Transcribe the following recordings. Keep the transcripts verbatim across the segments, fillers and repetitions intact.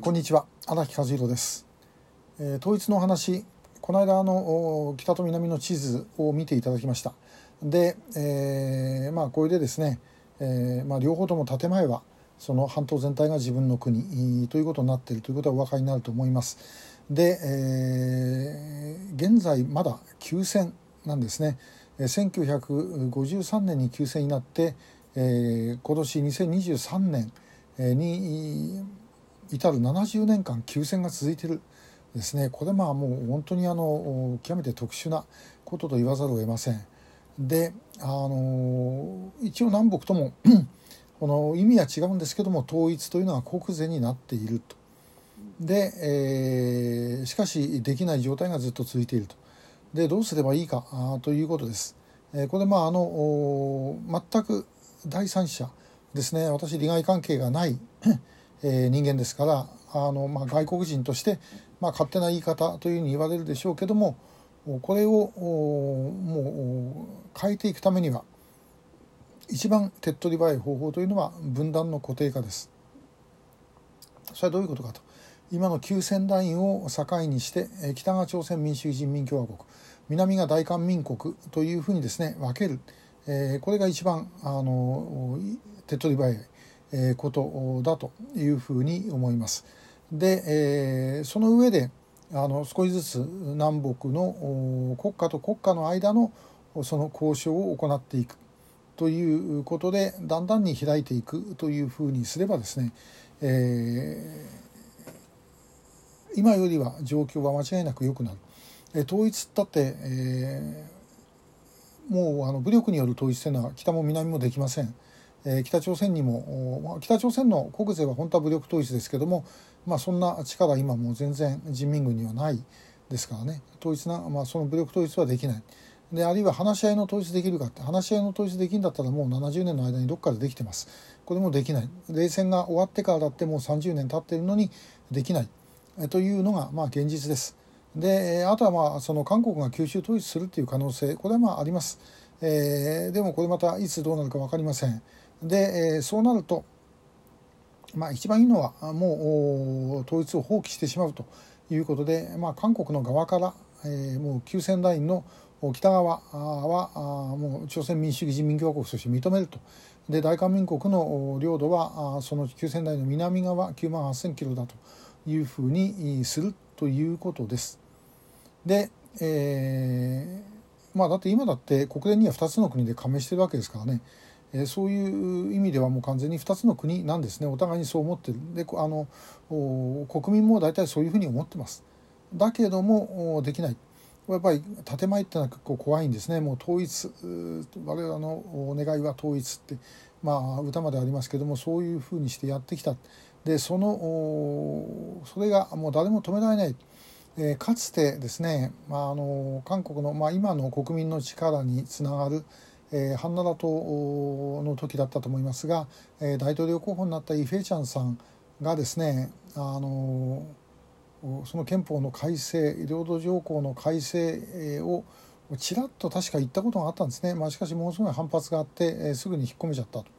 こんにちは、荒木和弘です。えー、統一の話、この間あの北と南の地図を見ていただきました。で、えー、まあこれでですね、えーまあ、両方とも建前はその半島全体が自分の国ということになっているということはお分かりになると思います。で、えー、現在まだ休戦なんですね。せんきゅうひゃくごじゅうさんねんに休戦になって、えー、今年にせんにじゅうさんねんに至るななじゅうねんかん休戦が続いているですね。これまあもう本当にあの極めて特殊なことと言わざるを得ません。で、あの一応南北ともこの意味は違うんですけども、統一というのは国是になっていると。で、えー、しかしできない状態がずっと続いていると。で、どうすればいいかということです。えー、これまああの全く第三者ですね。私利害関係がないえー、人間ですから、あの、まあ、外国人として、まあ、勝手な言い方というふうに言われるでしょうけども、これをもう変えていくためには一番手っ取り早い方法というのは分断の固定化です。それはどういうことかと、今の休戦ラインを境にして北が朝鮮民主主義人民共和国、南が大韓民国というふうにですね分ける、えー、これが一番あの手っ取り早いことだというふうに思います。で、えー、その上であの少しずつ南北の国家と国家の間のその交渉を行っていくということで、だんだんに開いていくというふうにすればですね、えー、今よりは状況は間違いなく良くなる。統一だって、えー、もうあの武力による統一というのは北も南もできません。北朝鮮にも、北朝鮮の国是は本当は武力統一ですけども、まあ、そんな力今もう全然人民軍にはないですからね、統一な、まあ、その武力統一はできない。で、あるいは話し合いの統一できるかって、話し合いの統一できるんだったらもうななじゅうねんの間にどっかでできてます。これもできない。冷戦が終わってからだってもうさんじゅうねん経っているのにできないというのがまあ現実です。で、あとはまあその韓国が九州統一するっていう可能性、これはまああります。えー、でもこれまたいつどうなるか分かりません。で、えー、そうなると、まあ、一番いいのはもう統一を放棄してしまうということで、まあ、韓国の側から、えー、もう休戦ラインの北側はもう朝鮮民主主義人民共和国として認めると。で、大韓民国の領土はその休戦ラインの南側きゅうまんはっせんキロだというふうにするということです。で、えー、まあだって今だって国連にはふたつの国で加盟してるわけですからね。そういう意味ではもう完全にふたつの国なんですね。お互いにそう思ってる。で、あの国民も大体そういうふうに思ってます。だけどもできない。やっぱり建前ってのは結構怖いんですね。もう統一、我々のお願いは統一って、まあ歌までありますけども、そういうふうにしてやってきた。で、そのそれがもう誰も止められない。えー、かつてですね、まあ、あの韓国の、まあ、今の国民の力につながるえー、ハンナラ党の時だったと思いますが、えー、大統領候補になったイ・フェチャンさんがですね、あのー、その憲法の改正、領土条項の改正をちらっと確か言ったことがあったんですね。まあ、しかしものすごい反発があって、えー、すぐに引っ込めちゃったと。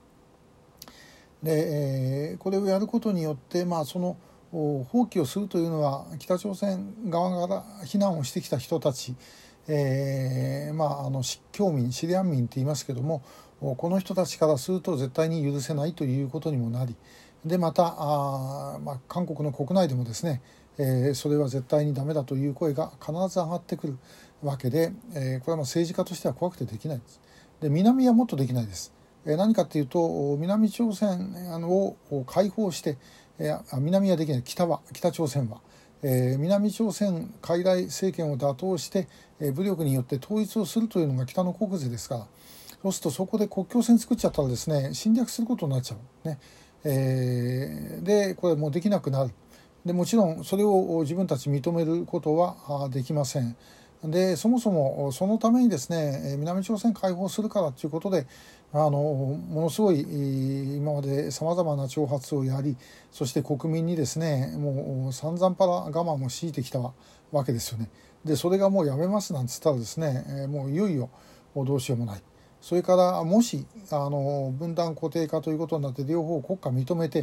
で、えー、これをやることによって、まあ、その放棄をするというのは北朝鮮側から非難をしてきた人たち、えー、まああの失教民シリアン民って言いますけども、この人たちからすると絶対に許せないということにもなり、でまたあ、まあ、韓国の国内でもですね、えー、それは絶対にダメだという声が必ず上がってくるわけで、えー、これはまあ政治家としては怖くてできないです。で、南はもっとできないです。えー、何かっていうと、南朝鮮を解放して、えー、南はできない、北は北朝鮮は。えー、南朝鮮傀儡政権を打倒して、えー、武力によって統一をするというのが北の国是ですから、そうするとそこで国境線作っちゃったらですね、侵略することになっちゃうね。えー、でこれもうできなくなる。でもちろんそれを自分たち認めることはできません。でそもそもそのためにですね、南朝鮮解放するからということで、あのものすごい今までさまざまな挑発をやり、そして国民にですねもう散々パラ我慢を強いてきたわけですよね。でそれがもうやめますなんつったらですね、もういよいよどうしようもない。それからもしあの分断固定化ということになって両方国家認めて、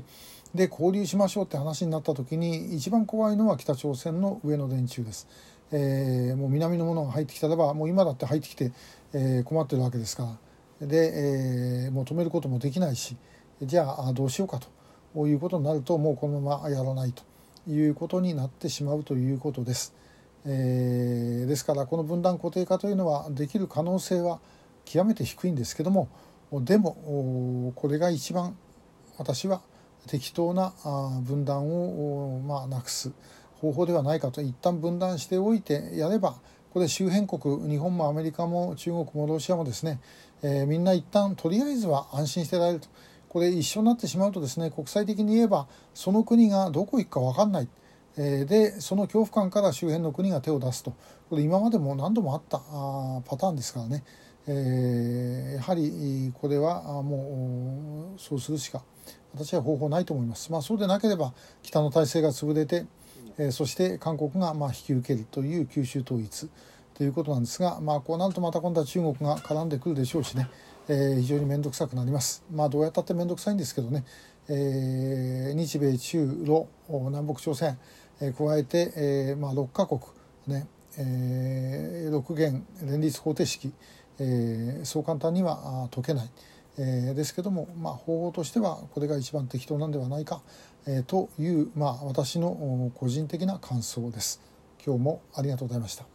で交流しましょうって話になった時に一番怖いのは北朝鮮の上の電柱です。えー、もう南のものが入ってきたらばもう今だって入ってきて、えー、困ってるわけですからで、えー、もう止めることもできないしじゃあどうしようかということになるともうこのままやらないということになってしまうということです。えー、ですからこの分断固定化というのはできる可能性は極めて低いんですけどもでもこれが一番私は適当な分断をまあなくす方法ではないかと。一旦分断しておいてやればこれ周辺国日本もアメリカも中国もロシアもですね、えー、みんな一旦とりあえずは安心してられると。これ一緒になってしまうとですね国際的に言えばその国がどこ行くか分かんない、えー、でその恐怖感から周辺の国が手を出すと。これ今までも何度もあったあパターンですからね、えー、やはりこれはもうそうするしか私は方法ないと思います。まあ、そうでなければ北の体制が潰れて、えー、そして韓国がまあ引き受けるという九州統一ということなんですが、まあ、こうなるとまた今度は中国が絡んでくるでしょうしね、えー、非常に面倒くさくなります。まあ、どうやったって面倒くさいんですけどね、えー、日米中ロ南北朝鮮、えー、加えて、えーまあ、ろっかこくね、えー、ろく元連立方程式、えー、そう簡単には解けない。えー、ですけども、まあ、方法としてはこれが一番適当なんではないか、えー、という、まあ、私の個人的な感想です。今日もありがとうございました。